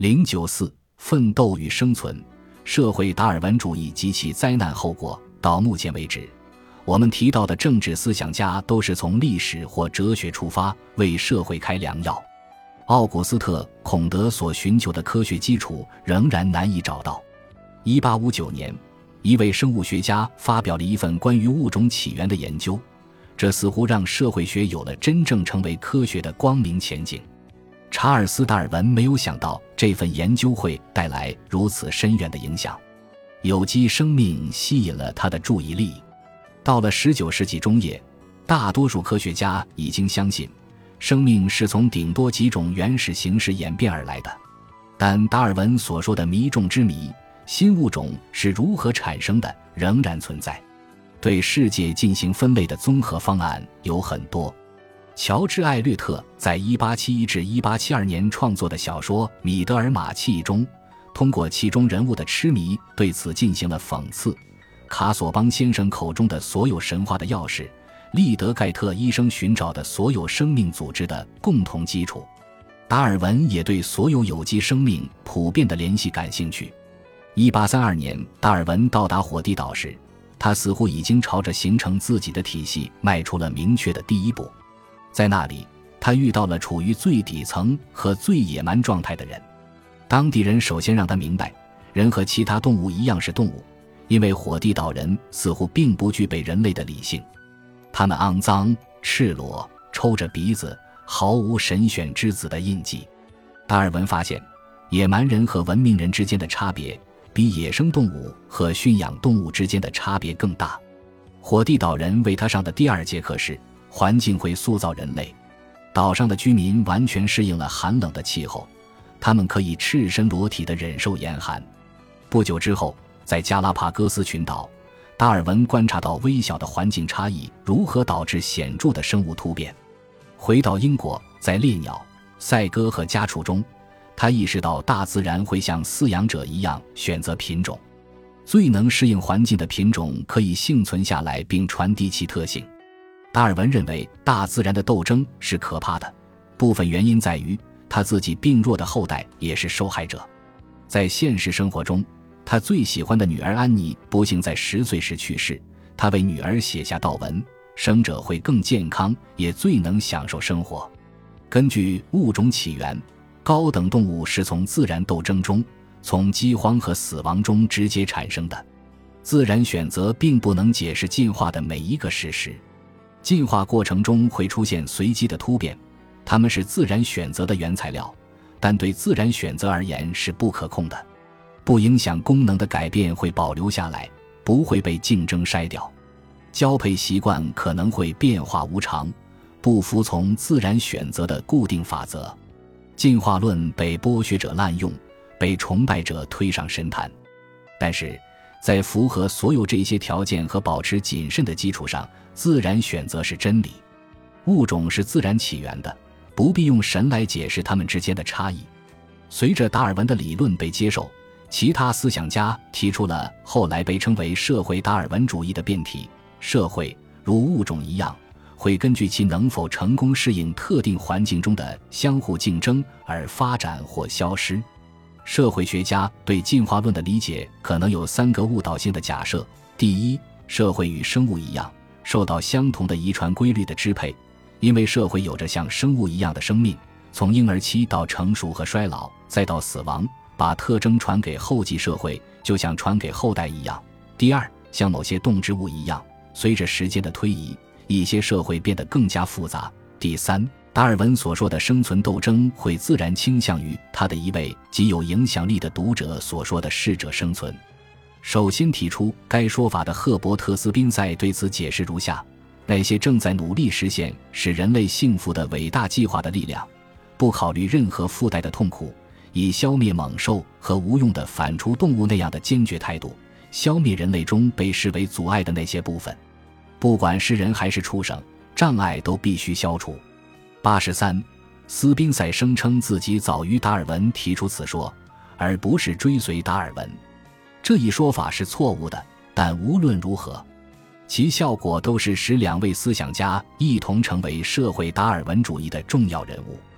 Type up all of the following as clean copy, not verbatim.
094奋斗与生存，社会达尔文主义及其灾难后果。到目前为止，我们提到的政治思想家都是从历史或哲学出发，为社会开良药。奥古斯特·孔德所寻求的科学基础仍然难以找到。1859年，一位生物学家发表了一份关于物种起源的研究，这似乎让社会学有了真正成为科学的光明前景。查尔斯·达尔文没有想到这份研究会带来如此深远的影响。有机生命吸引了他的注意力。到了19世纪中叶，大多数科学家已经相信生命是从顶多几种原始形式演变而来的，但达尔文所说的迷众之谜，新物种是如何产生的，仍然存在。对世界进行分类的综合方案有很多。乔治·艾略特在1871至1872年创作的小说《米德尔马契》中，通过其中人物的痴迷对此进行了讽刺。卡索邦先生口中的所有神话的钥匙，利德盖特医生寻找的所有生命组织的共同基础。达尔文也对所有有机生命普遍的联系感兴趣。1832年，达尔文到达火地岛时，他似乎已经朝着形成自己的体系迈出了明确的第一步。在那里，他遇到了处于最底层和最野蛮状态的人。当地人首先让他明白，人和其他动物一样是动物，因为火地岛人似乎并不具备人类的理性。他们肮脏、赤裸、抽着鼻子，毫无神选之子的印记。达尔文发现，野蛮人和文明人之间的差别比野生动物和驯养动物之间的差别更大。火地岛人为他上的第2节课是，环境会塑造人类。岛上的居民完全适应了寒冷的气候，他们可以赤身裸体地忍受严寒。不久之后，在加拉帕戈斯群岛，达尔文观察到微小的环境差异如何导致显著的生物突变。回到英国，在猎鸟、赛鸽和家畜中，他意识到大自然会像饲养者一样选择品种，最能适应环境的品种可以幸存下来并传递其特性。达尔文认为大自然的斗争是可怕的，部分原因在于他自己病弱的后代也是受害者。在现实生活中，他最喜欢的女儿安妮不幸在10岁时去世，他为女儿写下悼文，生者会更健康，也最能享受生活。根据物种起源，高等动物是从自然斗争中，从饥荒和死亡中直接产生的。自然选择并不能解释进化的每一个事实。进化过程中会出现随机的突变，它们是自然选择的原材料，但对自然选择而言是不可控的。不影响功能的改变会保留下来，不会被竞争筛掉。交配习惯可能会变化无常，不服从自然选择的固定法则。进化论被剥削者滥用，被崇拜者推上神坛。但是在符合所有这些条件和保持谨慎的基础上，自然选择是真理。物种是自然起源的，不必用神来解释它们之间的差异。随着达尔文的理论被接受，其他思想家提出了后来被称为社会达尔文主义的辩题。社会如物种一样，会根据其能否成功适应特定环境中的相互竞争而发展或消失。社会学家对进化论的理解可能有3个误导性的假设。第一，社会与生物一样，受到相同的遗传规律的支配，因为社会有着像生物一样的生命，从婴儿期到成熟和衰老，再到死亡，把特征传给后继社会，就像传给后代一样。第二，像某些动植物一样，随着时间的推移，一些社会变得更加复杂。第三，达尔文所说的生存斗争会自然倾向于他的一位极有影响力的读者所说的适者生存。首先提出该说法的赫伯特·斯宾塞对此解释如下：那些正在努力实现使人类幸福的伟大计划的力量，不考虑任何附带的痛苦，以消灭猛兽和无用的反刍动物那样的坚决态度，消灭人类中被视为阻碍的那些部分。不管是人还是畜生，障碍都必须消除。83，斯宾塞声称自己早于达尔文提出此说，而不是追随达尔文。这一说法是错误的，但无论如何，其效果都是使2位思想家一同成为社会达尔文主义的重要人物。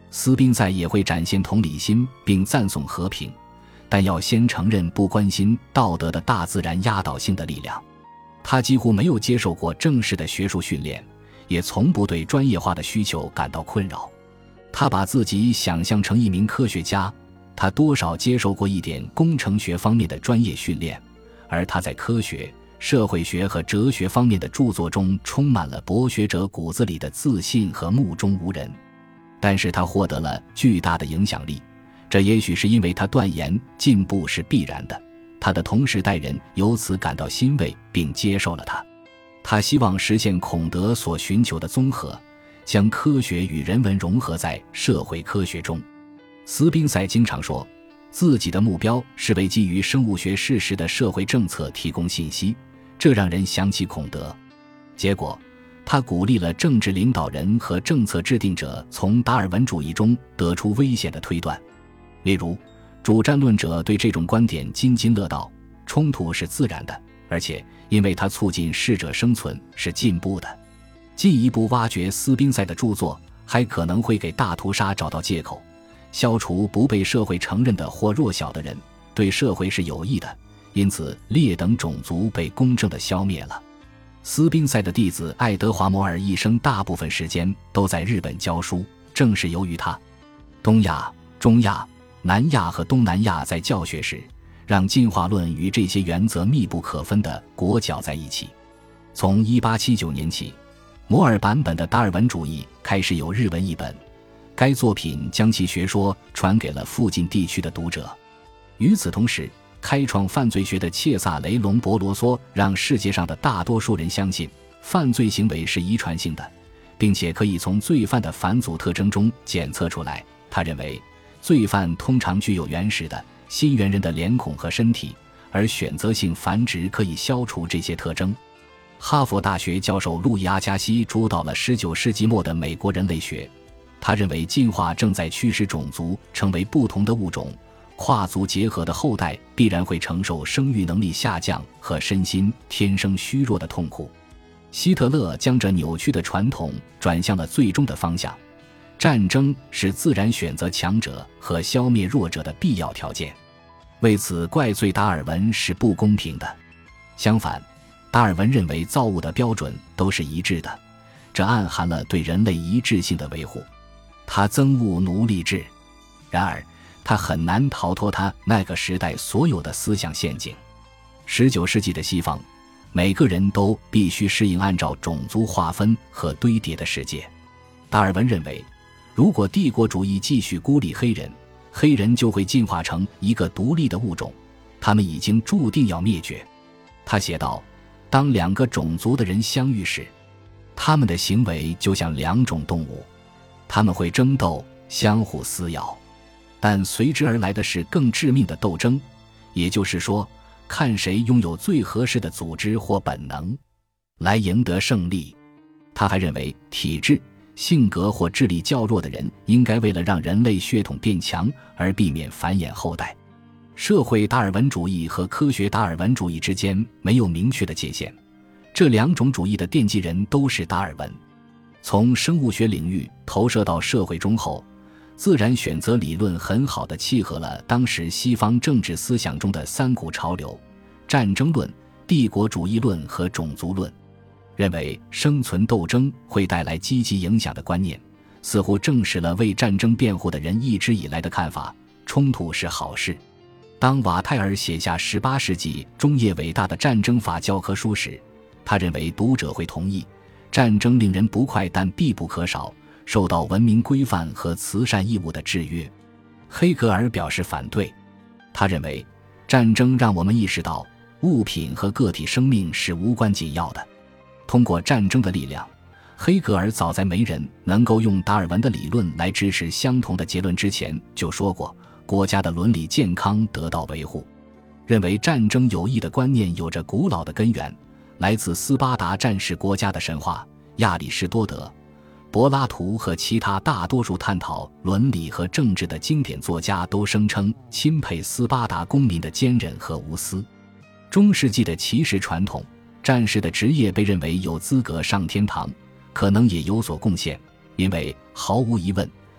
斯宾塞也会展现同理心并赞颂和平，但要先承认不关心道德的大自然压倒性的力量。他几乎没有接受过正式的学术训练，也从不对专业化的需求感到困扰。他把自己想象成一名科学家，他多少接受过一点工程学方面的专业训练，而他在科学、社会学和哲学方面的著作中充满了博学者骨子里的自信和目中无人。但是他获得了巨大的影响力，这也许是因为他断言进步是必然的，他的同时代人由此感到欣慰并接受了他。他希望实现孔德所寻求的综合，将科学与人文融合在社会科学中。斯宾塞经常说，自己的目标是为基于生物学事实的社会政策提供信息，这让人想起孔德。结果他鼓励了政治领导人和政策制定者从达尔文主义中得出危险的推断。例如，主战论者对这种观点津津乐道，冲突是自然的，而且因为它促进适者生存是进步的。进一步挖掘斯宾塞的著作，还可能会给大屠杀找到借口，消除不被社会承认的或弱小的人，对社会是有益的，因此劣等种族被公正地消灭了。斯宾塞的弟子爱德华·摩尔一生大部分时间都在日本教书，正是由于他东亚、中亚、南亚和东南亚在教学时让进化论与这些原则密不可分地裹绞在一起。从1879年起，摩尔版本的达尔文主义开始有日文译本，该作品将其学说传给了附近地区的读者。与此同时，开创犯罪学的切萨雷·隆博罗梭让世界上的大多数人相信犯罪行为是遗传性的，并且可以从罪犯的返祖特征中检测出来。他认为罪犯通常具有原始的新猿人的脸孔和身体，而选择性繁殖可以消除这些特征。哈佛大学教授路易·阿加西主导了19世纪末的美国人类学，他认为进化正在驱使种族成为不同的物种，跨族结合的后代必然会承受生育能力下降和身心天生虚弱的痛苦。希特勒将这扭曲的传统转向了最终的方向，战争是自然选择强者和消灭弱者的必要条件。为此怪罪达尔文是不公平的。相反，达尔文认为造物的标准都是一致的，这暗含了对人类一致性的维护。他憎恶奴隶制，然而他很难逃脱他那个时代所有的思想陷阱。19世纪的西方，每个人都必须适应按照种族划分和堆叠的世界。达尔文认为，如果帝国主义继续孤立黑人，黑人就会进化成一个独立的物种，他们已经注定要灭绝。他写道，当两个种族的人相遇时，他们的行为就像两种动物，他们会争斗，相互撕咬，但随之而来的是更致命的斗争，也就是说，看谁拥有最合适的组织或本能来赢得胜利。他还认为体质、性格或智力较弱的人应该为了让人类血统变强而避免繁衍后代。社会达尔文主义和科学达尔文主义之间没有明确的界限，这两种主义的奠基人都是达尔文。从生物学领域投射到社会中后，自然选择理论很好地契合了当时西方政治思想中的三股潮流：战争论、帝国主义论和种族论。认为生存斗争会带来积极影响的观念，似乎证实了为战争辩护的人一直以来的看法：冲突是好事。当瓦泰尔写下18世纪中叶伟大的战争法教科书时，他认为读者会同意，战争令人不快，但必不可少，受到文明规范和慈善义务的制约。黑格尔表示反对，他认为战争让我们意识到物品和个体生命是无关紧要的。通过战争的力量，黑格尔早在没人能够用达尔文的理论来支持相同的结论之前就说过，国家的伦理健康得到维护。认为战争有益的观念有着古老的根源，来自斯巴达战士国家的神话。亚里士多德、柏拉图和其他大多数探讨伦理和政治的经典作家都声称钦佩斯巴达公民的坚韧和无私。中世纪的骑士传统，战士的职业被认为有资格上天堂，可能也有所贡献，因为毫无疑问，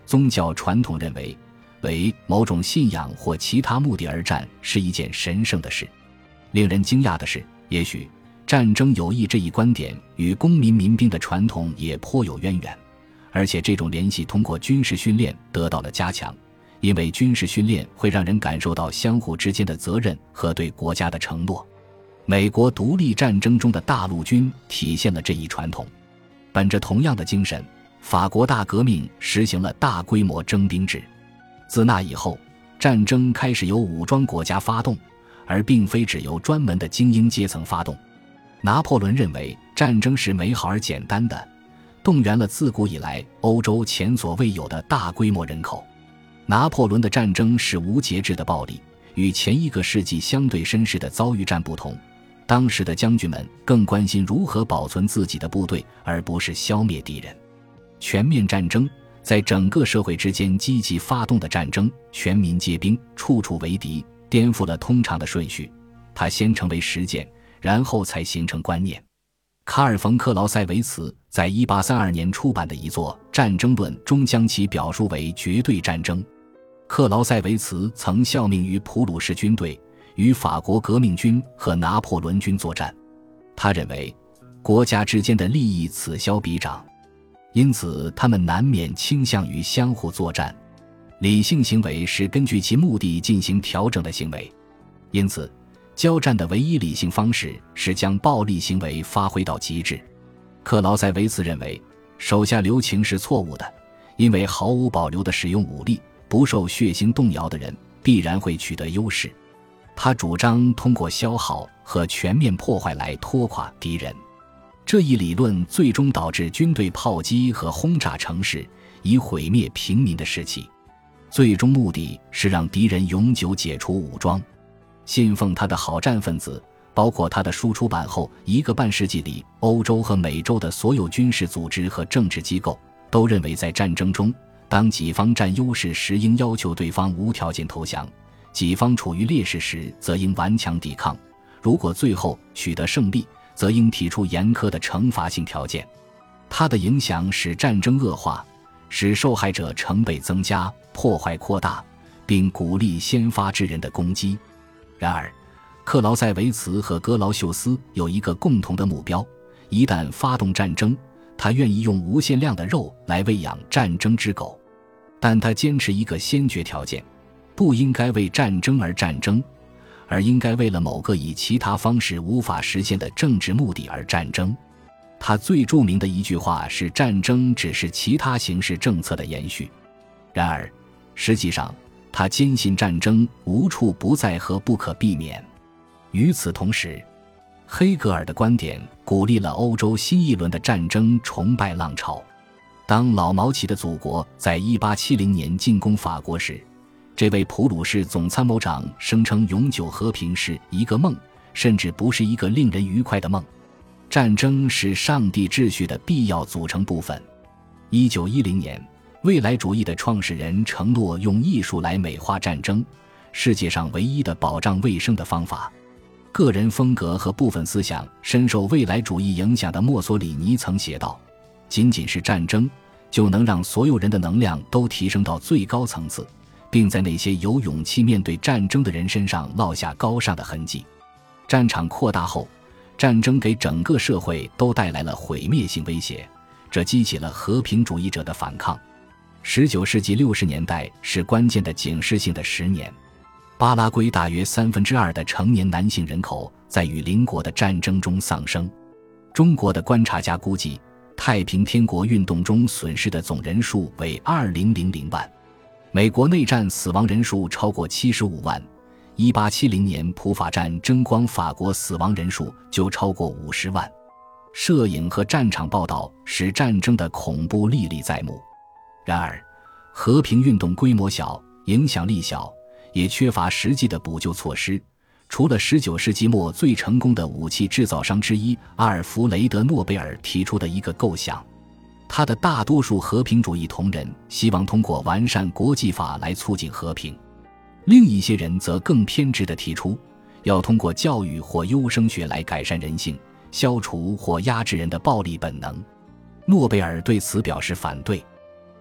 宗教传统认为，为某种信仰或其他目的而战是一件神圣的事。令人惊讶的是，也许战争有益这一观点与公民民兵的传统也颇有渊源，而且这种联系通过军事训练得到了加强，因为军事训练会让人感受到相互之间的责任和对国家的承诺。美国独立战争中的大陆军体现了这一传统。本着同样的精神，法国大革命实行了大规模征兵制。自那以后，战争开始由武装国家发动，而并非只由专门的精英阶层发动。拿破仑认为战争是美好而简单的，动员了自古以来欧洲前所未有的大规模人口。拿破仑的战争是无节制的暴力，与前一个世纪相对绅士的遭遇战不同。当时的将军们更关心如何保存自己的部队，而不是消灭敌人。全面战争在整个社会之间积极发动的战争，全民皆兵，处处为敌，颠覆了通常的顺序。它先成为实践，然后才形成观念。卡尔·冯·克劳塞维茨在1832年出版的一作《战争论》中将其表述为绝对战争。克劳塞维茨曾效命于普鲁士军队，与法国革命军和拿破仑军作战。他认为国家之间的利益此消彼长，因此他们难免倾向于相互作战。理性行为是根据其目的进行调整的行为，因此交战的唯一理性方式是将暴力行为发挥到极致。克劳塞维茨认为手下留情是错误的，因为毫无保留地使用武力，不受血腥动摇的人必然会取得优势。他主张通过消耗和全面破坏来拖垮敌人。这一理论最终导致军队炮击和轰炸城市，以毁灭平民的士气。最终目的是让敌人永久解除武装。信奉他的好战分子，包括他的书出版后1个半世纪里欧洲和美洲的所有军事组织和政治机构，都认为在战争中，当己方占优势时应要求对方无条件投降，己方处于劣势时则应顽强抵抗，如果最后取得胜利，则应提出严苛的惩罚性条件。它的影响使战争恶化，使受害者成倍增加，破坏扩大，并鼓励先发制人的攻击。然而，克劳塞维茨和格劳秀斯有一个共同的目标，一旦发动战争，他愿意用无限量的肉来喂养战争之狗。但他坚持一个先决条件，不应该为战争而战争，而应该为了某个以其他方式无法实现的政治目的而战争。他最著名的一句话是战争只是其他形式政策的延续。然而，实际上他坚信战争无处不在和不可避免。与此同时，黑格尔的观点鼓励了欧洲新一轮的战争崇拜浪潮。当老毛奇的祖国在1870年进攻法国时，这位普鲁士总参谋长声称永久和平是一个梦，甚至不是一个令人愉快的梦。战争是上帝秩序的必要组成部分。1910年，未来主义的创始人承诺用艺术来美化战争，世界上唯一的保障卫生的方法。个人风格和部分思想深受未来主义影响的墨索里尼曾写道，仅仅是战争就能让所有人的能量都提升到最高层次，并在那些有勇气面对战争的人身上烙下高尚的痕迹。战场扩大后，战争给整个社会都带来了毁灭性威胁，这激起了和平主义者的反抗。19世纪60年代是关键的警示性的10年。巴拉圭大约2/3的成年男性人口在与邻国的战争中丧生。中国的观察家估计，太平天国运动中损失的总人数为2000万。美国内战死亡人数超过75万，1870年普法战争光法国死亡人数就超过50万。摄影和战场报道使战争的恐怖历历在目。然而，和平运动规模小，影响力小，也缺乏实际的补救措施。除了19世纪末最成功的武器制造商之一阿尔弗雷德·诺贝尔提出的一个构想，他的大多数和平主义同仁希望通过完善国际法来促进和平。另一些人则更偏执地提出，要通过教育或优生学来改善人性，消除或压制人的暴力本能。诺贝尔对此表示反对。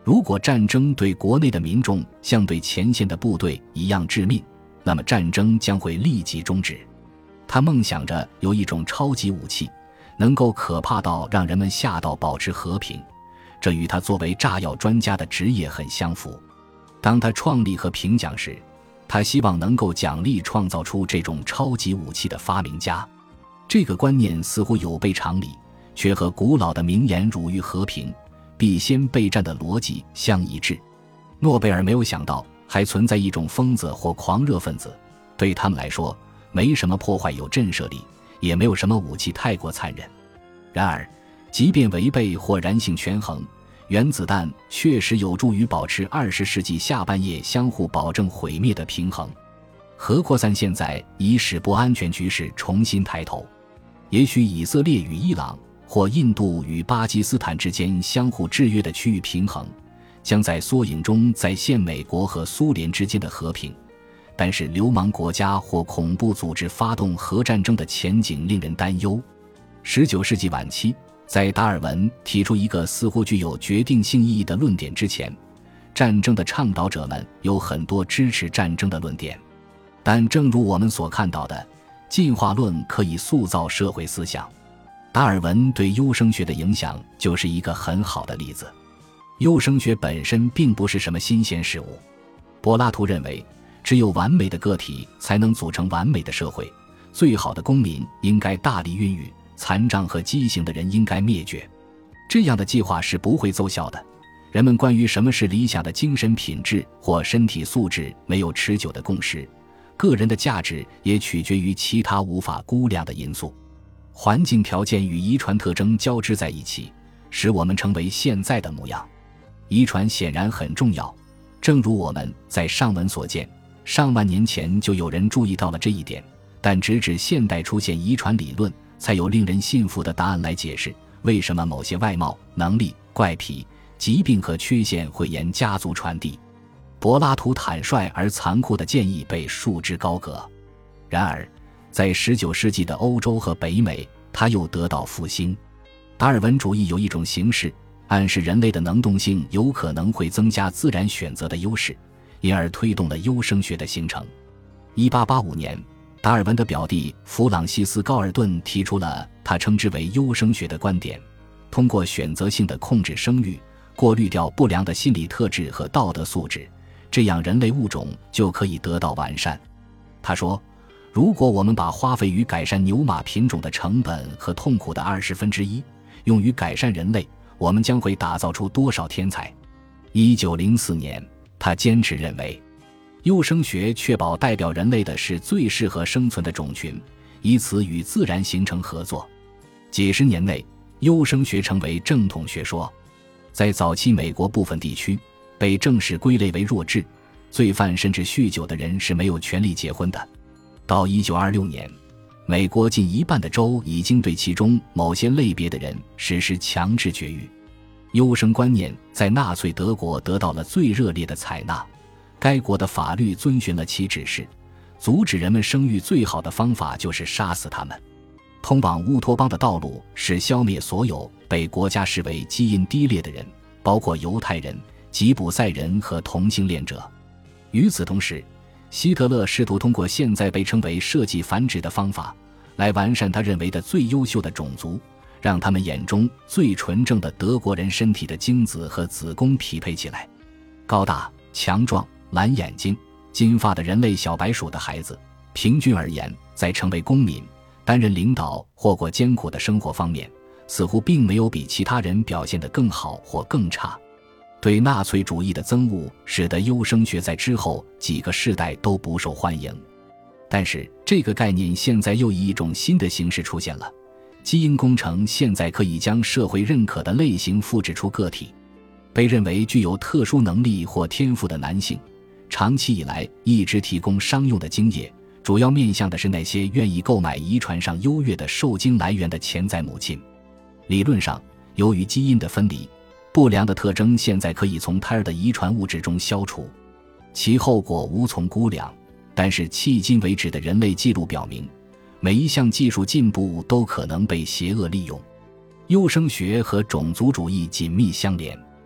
如果战争对国内的民众像对前线的部队一样致命，那么战争将会立即终止。他梦想着有一种超级武器，能够可怕到让人们吓到保持和平，这与他作为炸药专家的职业很相符。当他创立和评奖时，他希望能够奖励创造出这种超级武器的发明家。这个观念似乎有悖常理，却和古老的名言汝欲和平必先备战的逻辑相一致。诺贝尔没有想到还存在一种疯子或狂热分子，对他们来说没什么破坏有震慑力，也没有什么武器太过残忍。然而即便违背或燃性权衡，原子弹确实有助于保持20世纪下半叶相互保证毁灭的平衡。核扩散现在已使不安全局势重新抬头，也许以色列与伊朗或印度与巴基斯坦之间相互制约的区域平衡将在缩影中再现美国和苏联之间的和平，但是流氓国家或恐怖组织发动核战争的前景令人担忧。19世纪晚期，在达尔文提出一个似乎具有决定性意义的论点之前，战争的倡导者们有很多支持战争的论点。但正如我们所看到的，进化论可以塑造社会思想。达尔文对优生学的影响就是一个很好的例子。优生学本身并不是什么新鲜事物。柏拉图认为，只有完美的个体才能组成完美的社会，最好的公民应该大力孕育，残障和畸形的人应该灭绝。这样的计划是不会奏效的。人们关于什么是理想的精神品质或身体素质没有持久的共识，个人的价值也取决于其他无法估量的因素。环境条件与遗传特征交织在一起，使我们成为现在的模样。遗传显然很重要，正如我们在上文所见，上万年前就有人注意到了这一点，但直至现代出现遗传理论，才有令人信服的答案来解释为什么某些外貌、能力、怪癖、疾病和缺陷会沿家族传递。柏拉图坦率而残酷的建议被束之高阁。然而在19世纪的欧洲和北美，他又得到复兴。达尔文主义有一种形式，暗示人类的能动性有可能会增加自然选择的优势，因而推动了优生学的形成。1885年，达尔文的表弟弗朗西斯·高尔顿提出了他称之为优生学的观点，通过选择性的控制生育，过滤掉不良的心理特质和道德素质，这样人类物种就可以得到完善。他说，如果我们把花费于改善牛马品种的成本和痛苦的1/20用于改善人类，我们将会打造出多少天才。1904年，他坚持认为，优生学确保代表人类的是最适合生存的种群，以此与自然形成合作。几十年内，优生学成为正统学说。在早期美国部分地区，被正式归类为弱智、罪犯甚至酗酒的人是没有权利结婚的。到1926年，美国近一半的州已经对其中某些类别的人实施强制绝育。优生观念在纳粹德国得到了最热烈的采纳，该国的法律遵循了其指示，阻止人们生育最好的方法就是杀死他们。通往乌托邦的道路是消灭所有被国家视为基因低劣的人，包括犹太人、吉普赛人和同性恋者。与此同时，希特勒试图通过现在被称为设计繁殖的方法，来完善他认为的最优秀的种族，让他们眼中最纯正的德国人身体的精子和子宫匹配起来。高大、强壮、蓝眼睛、金发的人类小白鼠的孩子，平均而言，在成为公民、担任领导或过艰苦的生活方面，似乎并没有比其他人表现得更好或更差。对纳粹主义的憎恶使得优生学在之后几个世代都不受欢迎。但是这个概念现在又以一种新的形式出现了，基因工程现在可以将社会认可的类型复制出个体。被认为具有特殊能力或天赋的男性，长期以来一直提供商用的精液，主要面向的是那些愿意购买遗传上优越的受精来源的潜在母亲。理论上，由于基因的分离，不良的特征现在可以从胎儿的遗传物质中消除，其后果无从估量。但是迄今为止的人类记录表明，每一项技术进步都可能被邪恶利用。优生学和种族主义紧密相连。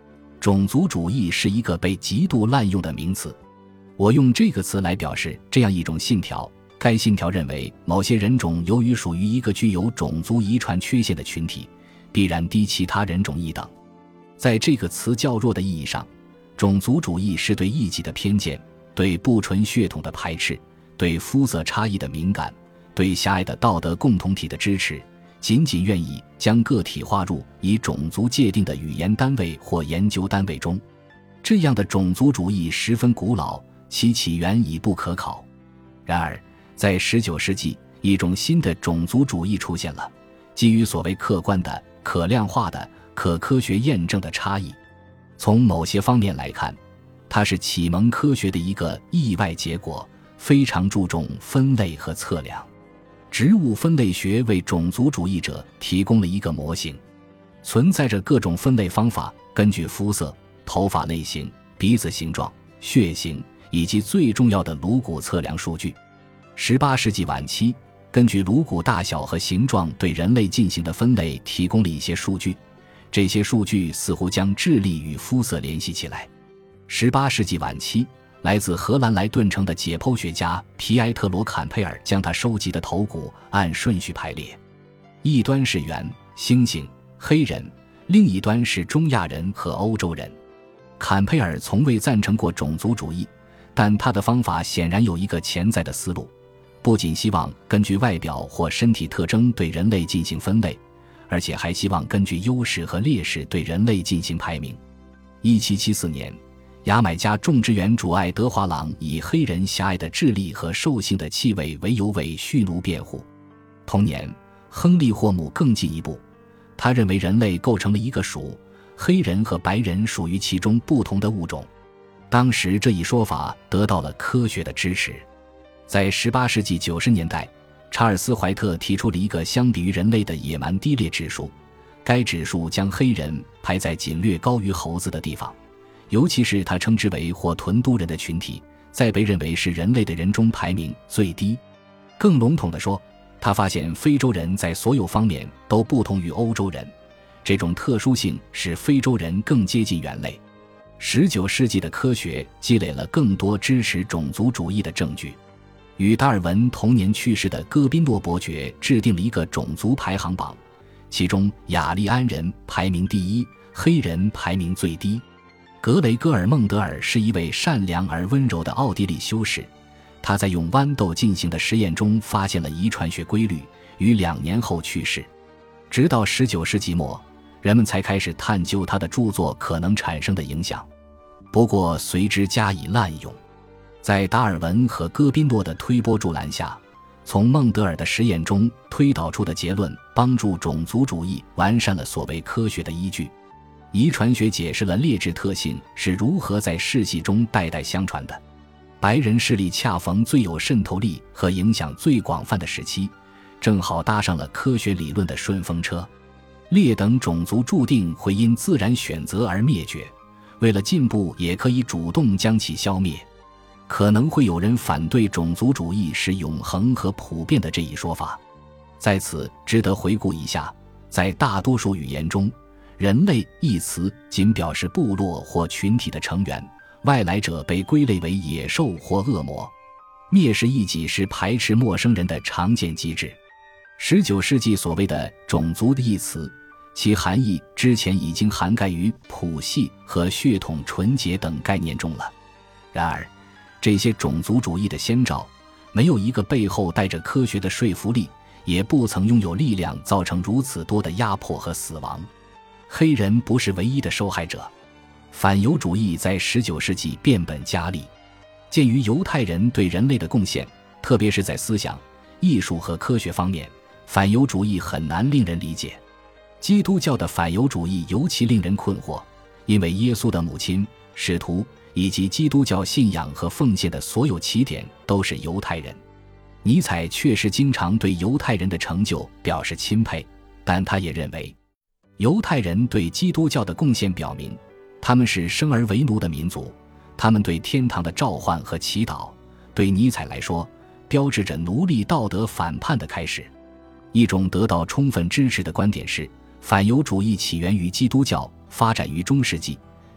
种族主义是一个被极度滥用的名词，我用这个词来表示这样一种信条，该信条认为某些人种由于属于一个具有种族遗传缺陷的群体，必然低其他人种一等。在这个词较弱的意义上，种族主义是对异己的偏见，对不纯血统的排斥，对肤色差异的敏感，对狭隘的道德共同体的支持，仅仅愿意将个体划入以种族界定的语言单位或研究单位中。这样的种族主义十分古老，其起源已不可考。然而在19世纪，一种新的种族主义出现了，基于所谓客观的、可量化的、可科学验证的差异。从某些方面来看，它是启蒙科学的一个意外结果，非常注重分类和测量。植物分类学为种族主义者提供了一个模型，存在着各种分类方法，根据肤色、头发类型、鼻子形状、血型以及最重要的颅骨测量数据。18世纪晚期，根据颅骨大小和形状对人类进行的分类提供了一些数据，这些数据似乎将智力与肤色联系起来。18世纪晚期，来自荷兰莱顿城的解剖学家皮埃特罗·坎佩尔将他收集的头骨按顺序排列，一端是猿、猩猩、黑人，另一端是中亚人和欧洲人。坎佩尔从未赞成过种族主义，但他的方法显然有一个潜在的思路，不仅希望根据外表或身体特征对人类进行分类，而且还希望根据优势和劣势对人类进行排名。1774年，牙买加种植园主爱德华朗以黑人狭隘的智力和兽性的气味为由为蓄奴辩护。同年，亨利·霍姆更进一步，他认为人类构成了一个属，黑人和白人属于其中不同的物种。当时这一说法得到了科学的支持。在18世纪90年代，查尔斯·怀特提出了一个相比于人类的野蛮低劣指数，该指数将黑人排在仅略高于猴子的地方，尤其是他称之为或屯都人的群体，在被认为是人类的人中排名最低。更笼统地说，他发现非洲人在所有方面都不同于欧洲人，这种特殊性使非洲人更接近猿类。19世纪的科学积累了更多支持种族主义的证据。与达尔文同年去世的戈宾诺伯爵制定了一个种族排行榜，其中雅利安人排名第一，黑人排名最低。格雷戈尔·孟德尔是一位善良而温柔的奥地利修士，他在用豌豆进行的实验中发现了遗传学规律，于2年后去世。直到19世纪末，人们才开始探究他的著作可能产生的影响，不过随之加以滥用。在达尔文和戈宾诺的推波助澜下，从孟德尔的实验中推导出的结论帮助种族主义完善了所谓科学的依据。遗传学解释了劣质特性是如何在世系中代代相传的。白人势力恰逢最有渗透力和影响最广泛的时期，正好搭上了科学理论的顺风车。劣等种族注定会因自然选择而灭绝，为了进步也可以主动将其消灭。可能会有人反对种族主义是永恒和普遍的这一说法。在此值得回顾一下，在大多数语言中，人类一词仅表示部落或群体的成员，外来者被归类为野兽或恶魔。蔑视异己是排斥陌生人的常见机制。19世纪所谓的种族的一词，其含义之前已经涵盖于谱系和血统纯洁等概念中了。然而这些种族主义的先兆，没有一个背后带着科学的说服力，也不曾拥有力量造成如此多的压迫和死亡。黑人不是唯一的受害者。反犹主义在19世纪变本加厉。鉴于犹太人对人类的贡献，特别是在思想、艺术和科学方面，反犹主义很难令人理解。基督教的反犹主义尤其令人困惑，因为耶稣的母亲、使徒以及基督教信仰和奉献的所有起点都是犹太人。尼采确实经常对犹太人的成就表示钦佩，但他也认为，犹太人对基督教的贡献表明，他们是生而为奴的民族，他们对天堂的召唤和祈祷，对尼采来说，标志着奴隶道德反叛的开始。一种得到充分支持的观点是，反犹主义起源于基督教，发展于中世纪，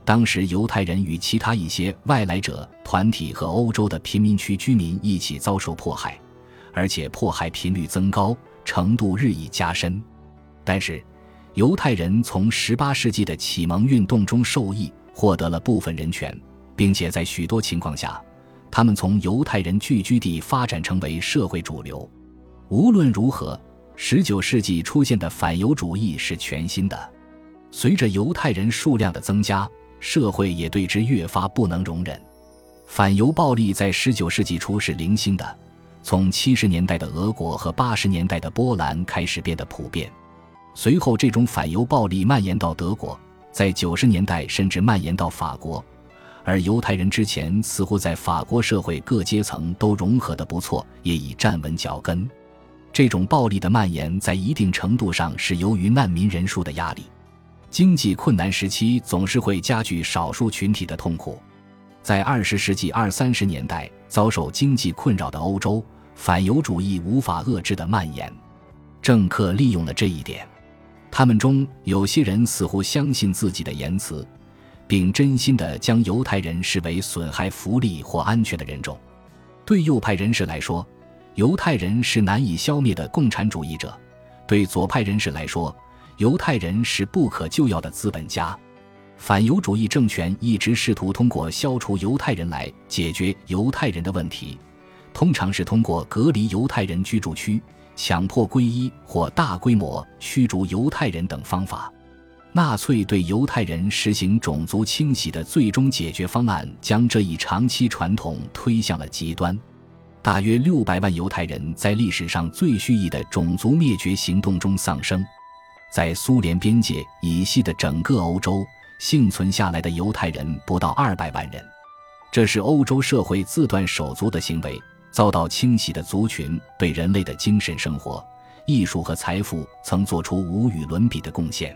当时犹太人与其他一些外来者团体和欧洲的贫民区居民一起遭受迫害，而且迫害频率增高，程度日益加深。但是犹太人从18世纪的启蒙运动中受益，获得了部分人权，并且在许多情况下，他们从犹太人聚居地发展成为社会主流。无论如何，19世纪出现的反犹主义是全新的。随着犹太人数量的增加，社会也对之越发不能容忍。反犹暴力在19世纪初是零星的，从70年代的俄国和80年代的波兰开始变得普遍。随后这种反犹暴力蔓延到德国，在90年代甚至蔓延到法国，而犹太人之前似乎在法国社会各阶层都融合得不错，也已站稳脚跟。这种暴力的蔓延在一定程度上是由于难民人数的压力。经济困难时期总是会加剧少数群体的痛苦。在20世纪20-30年代遭受经济困扰的欧洲，反犹主义无法遏制的蔓延。政客利用了这一点，他们中有些人似乎相信自己的言辞，并真心地将犹太人视为损害福利或安全的人种。对右派人士来说，犹太人是难以消灭的共产主义者；对左派人士来说，犹太人是不可救药的资本家。反犹主义政权一直试图通过消除犹太人来解决犹太人的问题，通常是通过隔离犹太人居住区、强迫皈依或大规模驱逐犹太人等方法。纳粹对犹太人实行种族清洗的最终解决方案将这一长期传统推向了极端。大约600万犹太人在历史上最蓄意的种族灭绝行动中丧生。在苏联边界以西的整个欧洲，幸存下来的犹太人不到200万人。这是欧洲社会自断手足的行为，遭到清洗的族群对人类的精神生活、艺术和财富曾做出无与伦比的贡献。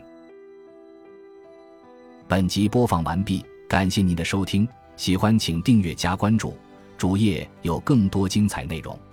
本集播放完毕，感谢您的收听，喜欢请订阅加关注，主页有更多精彩内容。